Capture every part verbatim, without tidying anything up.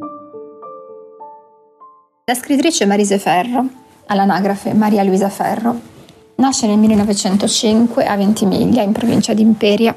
La scrittrice Marise Ferro, all'anagrafe Maria Luisa Ferro, nasce nel millenovecentocinque a Ventimiglia, in provincia di Imperia.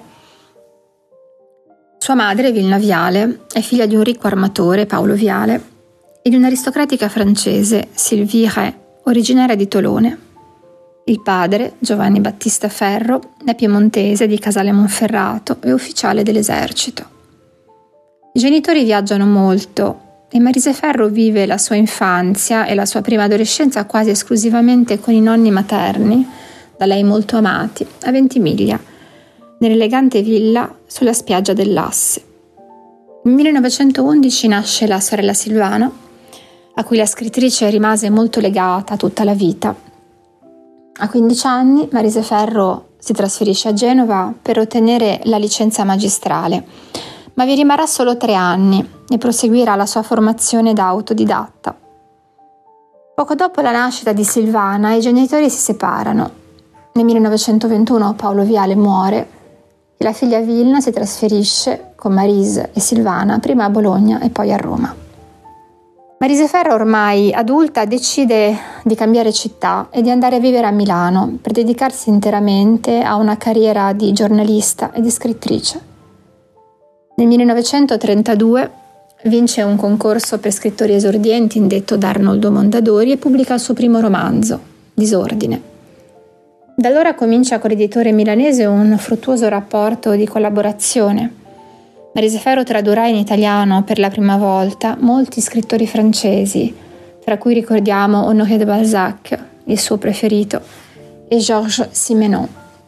Sua madre, Vilna Viale, è figlia di un ricco armatore, Paolo Viale, e di un'aristocratica francese, Sylvie Ré, originaria di Tolone. Il padre, Giovanni Battista Ferro, è piemontese di Casale Monferrato e ufficiale dell'esercito. I genitori viaggiano molto e Marise Ferro vive la sua infanzia e la sua prima adolescenza quasi esclusivamente con i nonni materni, da lei molto amati, a Ventimiglia, nell'elegante villa sulla spiaggia dell'Asse. Nel millenovecentoundici nasce la sorella Silvana, a cui la scrittrice rimase molto legata tutta la vita. A quindici anni Marise Ferro si trasferisce a Genova per ottenere la licenza magistrale, ma vi rimarrà solo tre anni e proseguirà la sua formazione da autodidatta. Poco dopo la nascita di Silvana i genitori si separano. Nel millenovecentoventuno Paolo Viale muore e la figlia Vilna si trasferisce con Marise e Silvana prima a Bologna e poi a Roma. Marise Ferro, ormai adulta, decide di cambiare città e di andare a vivere a Milano per dedicarsi interamente a una carriera di giornalista e di scrittrice. Nel millenovecentotrentadue vince un concorso per scrittori esordienti indetto da Arnoldo Mondadori e pubblica il suo primo romanzo, Disordine. Da allora comincia con l'editore milanese un fruttuoso rapporto di collaborazione. Marise Ferro tradurrà in italiano per la prima volta molti scrittori francesi, tra cui ricordiamo Honoré de Balzac, il suo preferito, e Georges Simenon.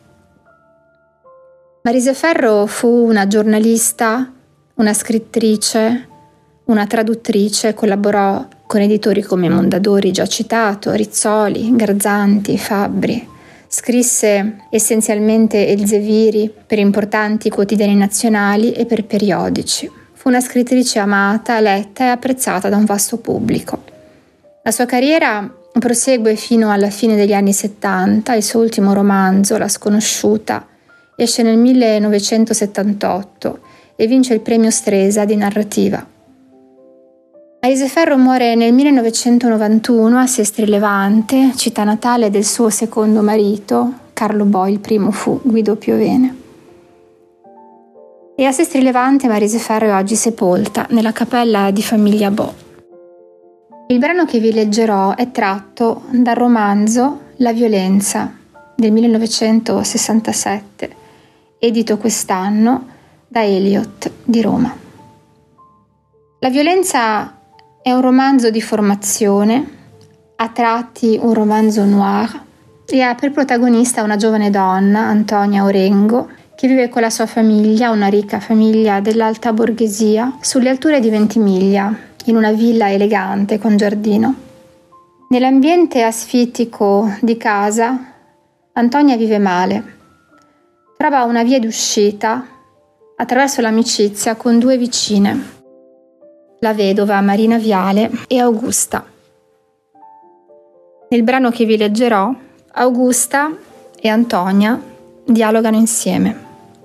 Marise Ferro fu una giornalista, una scrittrice, una traduttrice, collaborò con editori come Mondadori, già citato, Rizzoli, Garzanti, Fabbri. Scrisse essenzialmente Elzeviri per importanti quotidiani nazionali e per periodici. Fu una scrittrice amata, letta e apprezzata da un vasto pubblico. La sua carriera prosegue fino alla fine degli anni settanta. Il suo ultimo romanzo, La sconosciuta, esce nel millenovecentosettantotto e vince il premio Stresa di narrativa. Marise Ferro muore nel millenovecentonovantuno a Sestri Levante, città natale del suo secondo marito, Carlo Bo, il primo fu Guido Piovene. E a Sestri Levante Marise Ferro è oggi sepolta nella cappella di famiglia Bo. Il brano che vi leggerò è tratto dal romanzo La violenza del millenovecentosessantasette, edito quest'anno da Eliot di Roma. La violenza è un romanzo di formazione, a tratti un romanzo noir, e ha per protagonista una giovane donna, Antonia Orengo, che vive con la sua famiglia, una ricca famiglia dell'alta borghesia, sulle alture di Ventimiglia, in una villa elegante con giardino. Nell'ambiente asfittico di casa, Antonia vive male. Trova una via d'uscita attraverso l'amicizia con due vicine, la vedova Marina Viale e Augusta. Nel brano che vi leggerò, Augusta e Antonia dialogano insieme.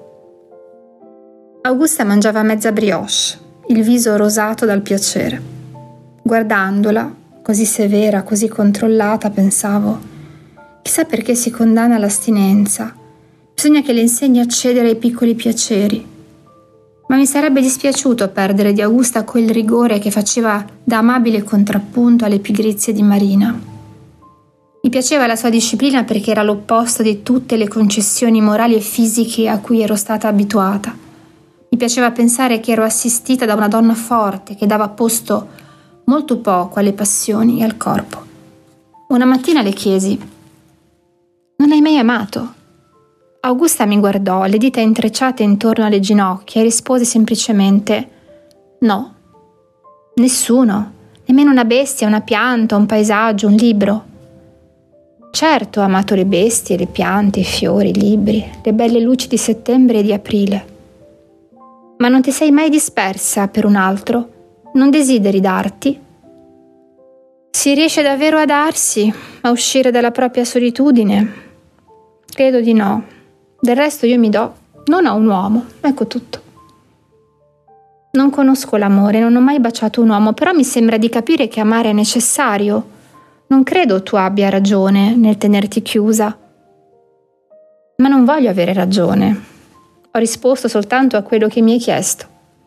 Augusta mangiava mezza brioche, il viso rosato dal piacere. Guardandola, così severa, così controllata, pensavo: chissà perché si condanna all'astinenza. Bisogna che le insegni a cedere ai piccoli piaceri. Ma mi sarebbe dispiaciuto perdere di Augusta quel rigore che faceva da amabile contrappunto alle pigrizie di Marina. Mi piaceva la sua disciplina perché era l'opposto di tutte le concessioni morali e fisiche a cui ero stata abituata. Mi piaceva pensare che ero assistita da una donna forte che dava posto molto poco alle passioni e al corpo. Una mattina le chiesi: «Non hai mai amato?» Augusta mi guardò, le dita intrecciate intorno alle ginocchia, e rispose semplicemente: «No, nessuno, nemmeno una bestia, una pianta, un paesaggio, un libro». Certo, ho amato le bestie, le piante, i fiori, i libri, le belle luci di settembre e di aprile. Ma non ti sei mai dispersa per un altro? Non desideri darti? Si riesce davvero a darsi, a uscire dalla propria solitudine? Credo di no. Del resto io mi do, non a un uomo, ecco tutto. Non conosco l'amore, non ho mai baciato un uomo, però mi sembra di capire che amare è necessario. Non credo tu abbia ragione nel tenerti chiusa. Ma non voglio avere ragione. Ho risposto soltanto a quello che mi hai chiesto.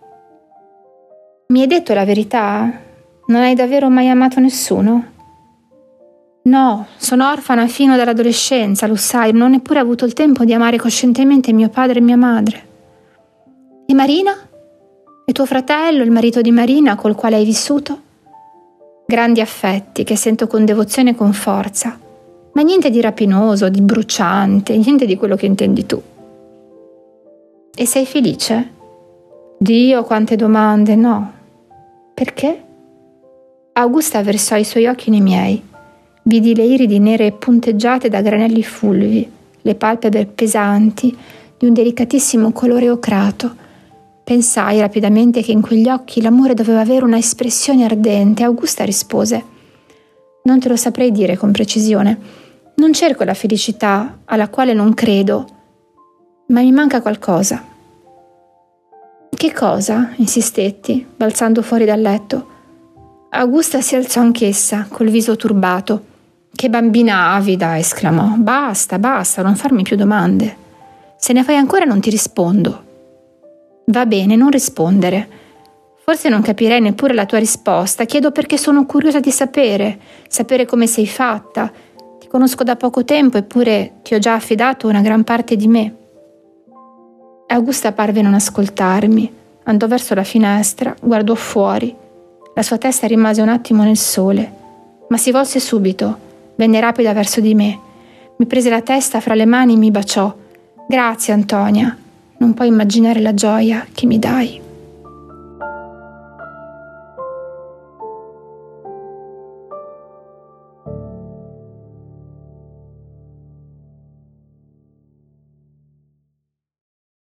Mi hai detto la verità? Non hai davvero mai amato nessuno? No, sono orfana fino dall'adolescenza, lo sai, non ho neppure avuto il tempo di amare coscientemente mio padre e mia madre. E Marina? E tuo fratello, il marito di Marina, col quale hai vissuto? Grandi affetti che sento con devozione e con forza, ma niente di rapinoso, di bruciante, niente di quello che intendi tu. E sei felice? Dio, quante domande, no. Perché? Augusta versò i suoi occhi nei miei. Vidi le iridi nere punteggiate da granelli fulvi, le palpebre pesanti, di un delicatissimo colore ocrato. Pensai rapidamente che in quegli occhi l'amore doveva avere una espressione ardente. Augusta rispose: non te lo saprei dire con precisione. Non cerco la felicità, alla quale non credo, ma mi manca qualcosa. Che cosa? Insistetti, balzando fuori dal letto. Augusta si alzò anch'essa, col viso turbato. Che bambina avida, esclamò. Basta, basta, non farmi più domande. Se ne fai ancora non ti rispondo. Va bene, non rispondere. Forse non capirei neppure la tua risposta. Chiedo perché sono curiosa di sapere, sapere come sei fatta. Ti conosco da poco tempo, eppure ti ho già affidato una gran parte di me. Augusta parve non ascoltarmi. Andò verso la finestra, guardò fuori. La sua testa rimase un attimo nel sole, ma si volse subito, venne rapida verso di me. Mi prese la testa fra le mani e mi baciò. Grazie, Antonia. Non puoi immaginare la gioia che mi dai.